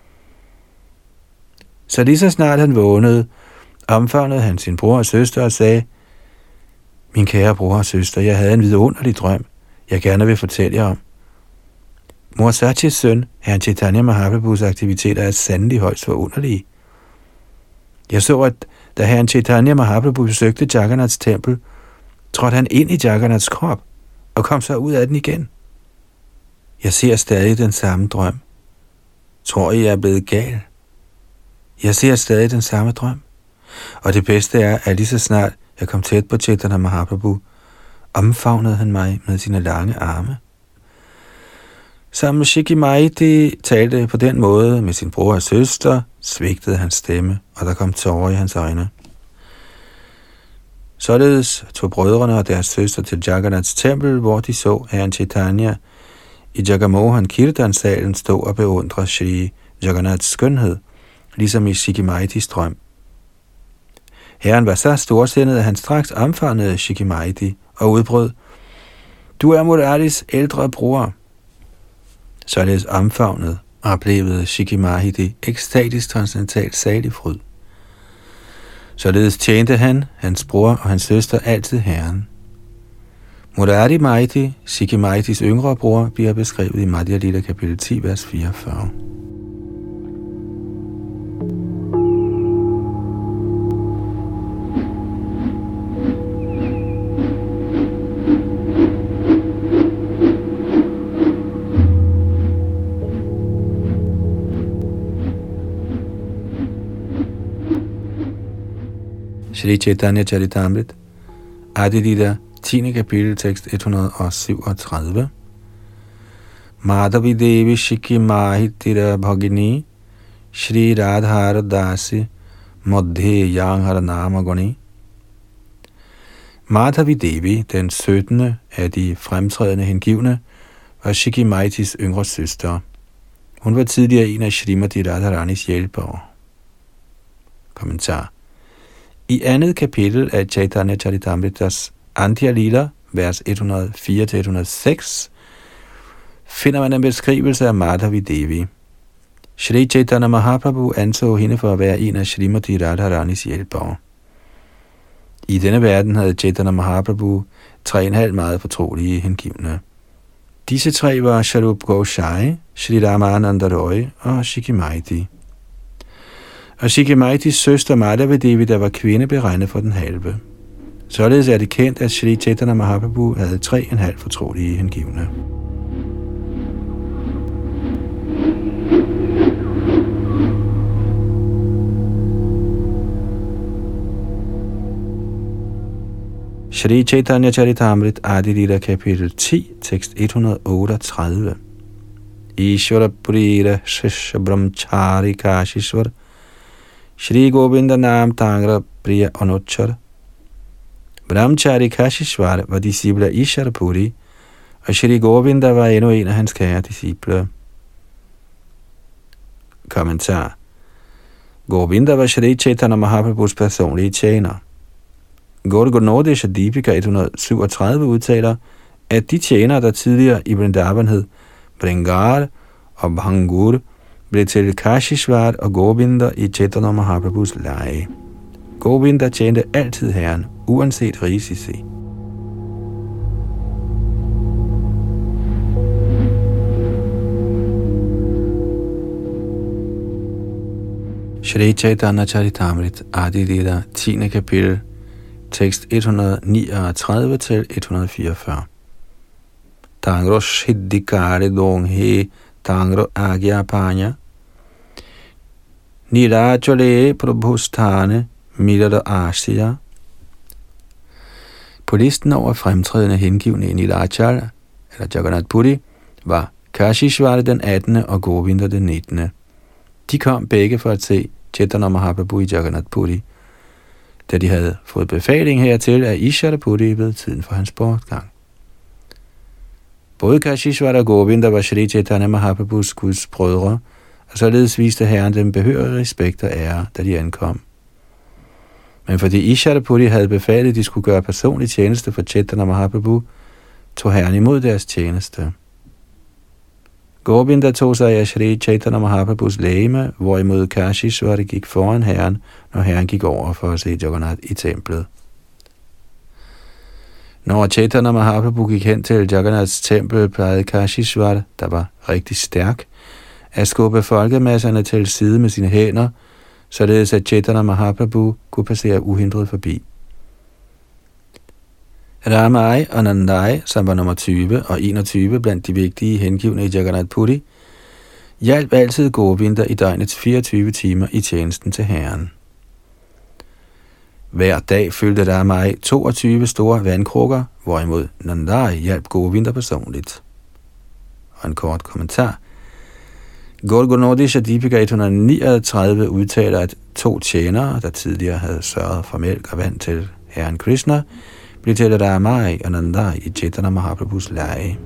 Så lige så snart han vågnede, omfavnede han sin bror og søster og sagde: Min kære bror og søster, jeg havde en vidunderlig drøm, jeg gerne vil fortælle jer om. Mor Satyas søn, herren Chaitanya Mahaprabhus aktiviteter er sandelig højst forunderlige. Jeg så, at da herren Chaitanya Mahaprabhu besøgte Jagannaths tempel, trådte han ind i Jagannaths krop og kom så ud af den igen. Jeg ser stadig den samme drøm. Tror I, jeg er blevet gal? Jeg ser stadig den samme drøm. Og det bedste er, at lige så snart jeg kom tæt på Chaitanya Mahaprabhu, omfavnede han mig med sine lange arme. Sammen med Sikhi Mahiti talte på den måde med sin bror og søster, svigtede hans stemme, og der kom tårer i hans øjne. Således tog brødrene og deres søster til Jagannaths tempel, hvor de så herren Chaitanya i Jagamohan Kirtan-salen stå og beundre Shri Jagannaths skønhed, ligesom i Sikhi Mahitis drøm. Herren var så storsindet, at han straks omfavnede Sikhi Mahiti og udbrød: Du er Muraris ældre bror. Således omfavnet og oplevede Sikhi Mahiti ekstatisk transcendental salig fryd. Således tjente han, hans bror og hans søster altid herren. Murari Mahiti, Sikhi Mahitis yngre bror, bliver beskrevet i Madhya Lila kapitel ti, vers fireogfyrre. Shri Chaitanya Charitamrita, Adi Lila, tiende kapitel, tekst et hundrede syvogtredive. Madhavi Devi Sikhi Mahitira Bhagini, Shri Radhara Dasi, Madhe Yanghara Namagoni. Madhavi Devi, den syttende af de fremtrædende hengivne, var Sikhi Mahitis yngre søster. Hun var tidligere en af Shrimati Radharanis hjælpere. Kommentar. I andet kapitel af Chaitanya Charitamritas Antya Lila, vers et hundrede fire til et hundrede seks, finder man en beskrivelse af Madhavi Devi. Shri Chaitanya Mahaprabhu anså hende for at være en af Shrimati Radharanis hjælpere. I denne verden havde Chaitanya Mahaprabhu tre og en halv meget fortrolige hengivne. Disse tre var Sharup Gosai, Shri Ramananda Roy og Sikhi Mahiti. Og Sikhi Mahitis søster Madhavi Devi, der var kvinde, beregnet for den halve. Således er det kendt, at Shri Chaitanya Mahaprabhu havde tre og en halv fortrolige hengivne. Shri Chaitanya Charitamrita Adi Lila kapitel ti, tekst et hundrede otteogtredive. Ishvara Purira Shishya Brahmachari Kashishwar Shri Govinda Nam Tangra Priya Anuchar. Brahmachari Kashishwar var disciple af Ishvara Puri, og Shri Govinda var endnu en af hans kære disciple. Kommentar. Govinda var Shri Chaitanya Mahaprabhus personlige tjener. Gaura Gunodesha Deepika et hundrede syvogtredive udtaler, at de tjenere, der tidligere i Vrindavan hed Bringar og Bhangur, blev til Kashishwar og Govinda i Chaitanya Mahaprabhus leje. Govinda tjente altid herren, uanset risici. Shri Chaitanya Charitamrita Adi Lila, tiende kapitel, tekst et hundrede niogtredive til et hundrede fireogfyrre. tangro siddhikare donghe tangro agyapanya nirajale prabhustane midada asya. På listen over fremtrædende hengivne i Nilachal, eller Jagannath Puri, var Kashishvara den attende og Govinda den nittende. De kom begge for at se Chaitanya Mahaprabhu i Jagannath Puri, da de havde fået befaling hertil af Ishvara Puri ved tiden for hans bortgang. Både Kashishvara og Govinda var Shri Chaitanya Mahaprabhus Guds brødre, og således viste Herren dem behørig respekt og ære, da de ankom. Men fordi Ishvara Puri havde befalet, at de skulle gøre personlig tjeneste for Chaitanya Mahaprabhu, tog Herren imod deres tjeneste. Govinda tog sig af Shri Chaitanya Mahaprabhus legeme, hvorimod Kashishvara gik foran Herren, når Herren gik over for at se Jagannath i templet. Når Chaitanya Mahaprabhu gik hen til Jagannaths tempel, plejede Kashishvara, der var rigtig stærk, at skubbe folkemasserne til side med sine hænder, således at Chaitanya Mahaprabhu kunne passere uhindret forbi. Ramai og Nandai, som var nummer tyve og enogtyve blandt de vigtige hengivne i Jagannath Puri, hjalp altid Govinda i døgnets fireogtyve timer i tjenesten til Herren. Hver dag fyldte Ramai toogtyve store vandkrukker, hvorimod Nandai hjalp Govinda personligt. Og en kort kommentar. Gorgonodisha Deepika et hundrede niogtredive udtaler, at to tjenere, der tidligere havde sørget for mælk og vand til Herren Krishna, blev til Ramai og Nandai i Chaitanya Mahaprabhus lege.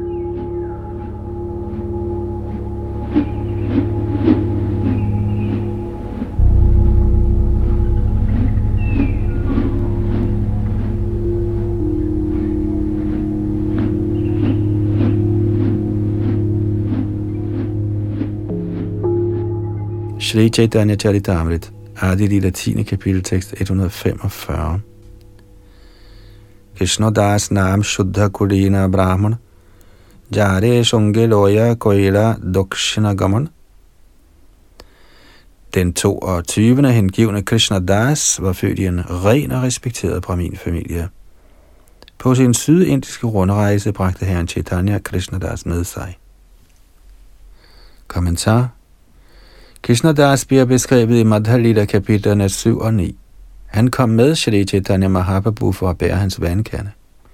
Shri Chaitanya Charitamrita, Adi Lila tiende kapitel, tekst et hundrede femogfyrre. Krishna Das Nam Shuddha Kulina Brahman Jare Shunge Loya Koila Dokshina Gaman. Den toogtyvende hengivne Krishna Das var født i en ren og respekteret brahmin-familie. På sin sydindiske rundrejse bragte herren Chaitanya Krishna Das med sig. Kommentar. Krishna Das bliver beskrevet i Madhya Lila kapitlerne syv og ni. Han kom med Shri Chaitanya Mahaprabhu for at bære hans vandkande.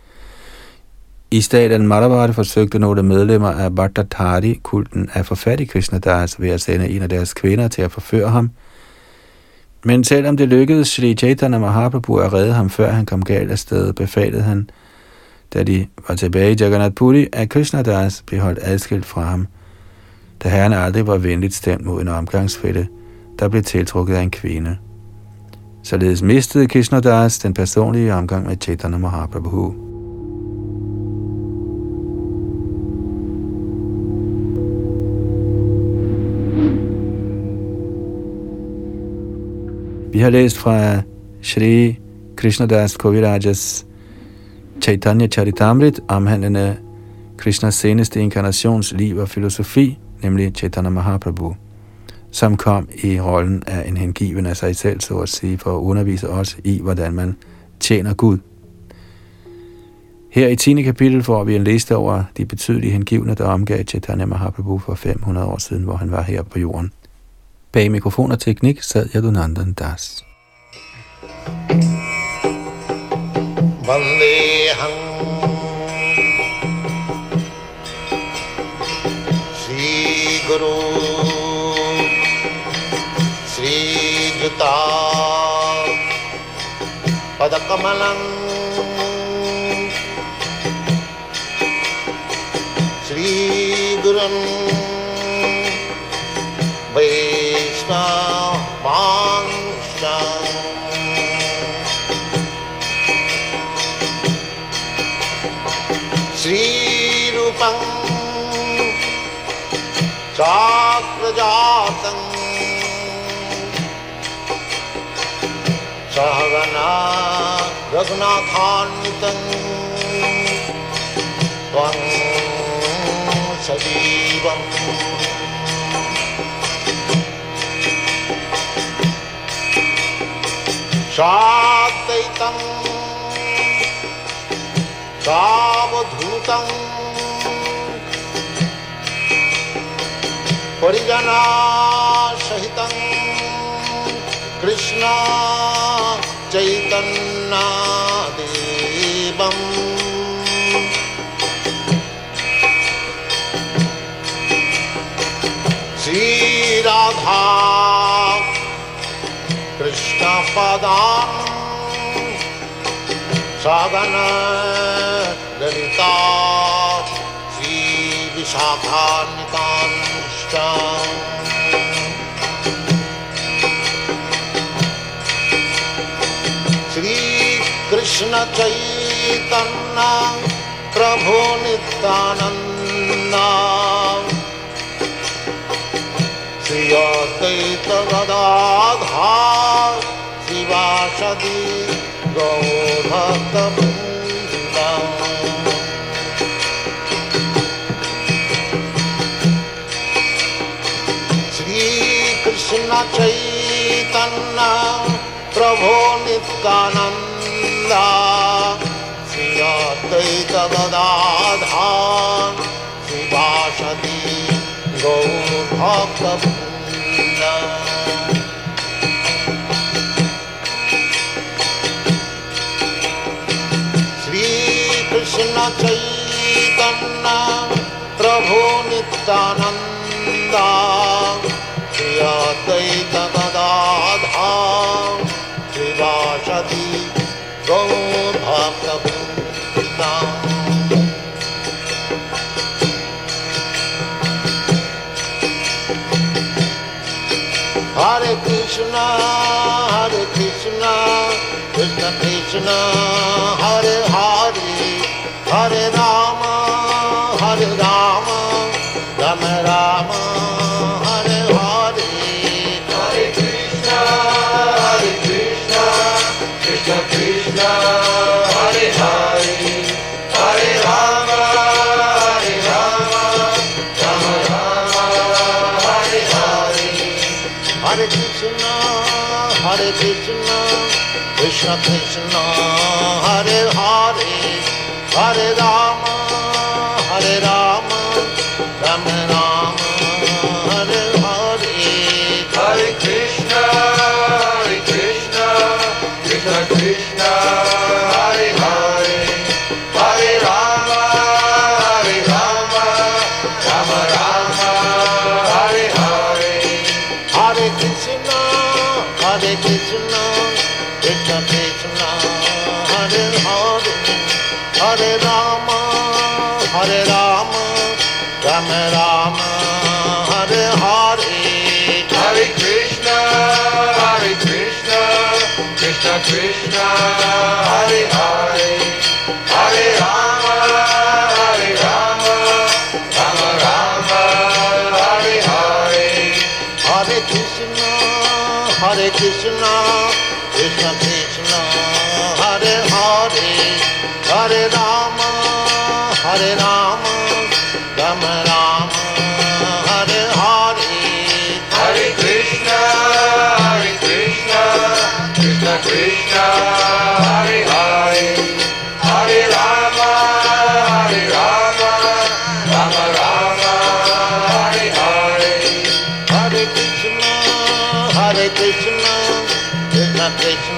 I staten Madhvara forsøgte nogle medlemmer af Bhattatari-kulten at få fat i Krishna Das ved at sende en af deres kvinder til at forføre ham. Men selvom det lykkedes Shri Chaitanya Mahaprabhu at redde ham, før han kom galt af sted, befalede han, da de var tilbage i Jagannath Puri, at Krishna Das blev holdt adskilt fra ham, da herren aldrig var venligt stemt mod en omgangsfælle, der blev tiltrukket af en kvinde. Således mistede Krishna Das den personlige omgang med Chaitanya Mahaprabhu. Vi har læst fra Shri Krishna Das Kovirajas Chaitanya Charitamrita omhandlende Krishnas seneste inkarnations liv og filosofi, nemlig Chaitanya Mahaprabhu, som kom i rollen af en hengiven af sig selv, så at sige, for at undervise os i, hvordan man tjener Gud. Her i tiende kapitel får vi en liste over de betydelige hengivne, der omgav Chaitanya Mahaprabhu for fem hundrede år siden, hvor han var her på jorden. Bag mikrofon og teknik sad Yadunandan Das. Vandeham Shri Guru Shri Juta Padakamalam Shri Gurun Vaishnavanshan Shri Rupam Chakrajatam Sahagana Raghunathanvitam Tvam Sajivam Shadaitam Savadhutam Parijana Sahitam Krishna Chaitanya Devam Sri Radha Krishna Padam Sadhana Lalita Sri Vishakhanitanscha Sri Krishna Chaitanya Prabhu Nityananda Sri Advaita Gadadhar Sivasadi Gaur Bhakta Vrinda Sri Krishna Chaitanya Prabhu Nityananda Sri Advaita Gadadhar Sivasadi Gaur Bhakta Vrinda Sri Krishna Chaitanya Prabhu Nityananda Sri Advaita Gadadhar Sivasadi Gaur Bhakta Vrinda Hare Krishna, Hare Krishna, Krishna Krishna, Hare Hare, Hare Rama, Hare Rama, Rama Rama, Hare Hare. Hare Krishna, Hare Krishna, Krishna Krishna, Hare Hare, Hare Rama, Hare Rama, Rama Rama, Hare Hare. Hare Krishna, Hare Krishna, Krishna Krishna, Hare Hare, Hare Rama, Hare Rama, Rama Rama, Hare Hare. Hare Krishna, Hare Krishna, Krishna Krishna, Hare Hare, Hare Rama, Hare Rama, Rama Rama, Hare Hare. Hare Krishna, Hare Krishna, Krishna Krishna, Hare Hare, Hare Rama, Hare Rama, Rama Rama, Hare Hare. Hare Krishna, Hare Krishna, Krishna Krishna, Hare Hare, Hare Rama, Hare Rama, Rama Rama, Hare Hare. Hare Krishna, Hare Krishna, Krishna Krishna, Hare Hare, Hare Rama, Hare Rama, Rama Rama, Hare Hare. Hare Krishna, Hare Krishna, Krishna Krishna, Hare Hare, Hare Rama, Hare Rama, Rama Rama, Hare Hare. Hare Krishna, Hare Krishna, Krishna Krishna,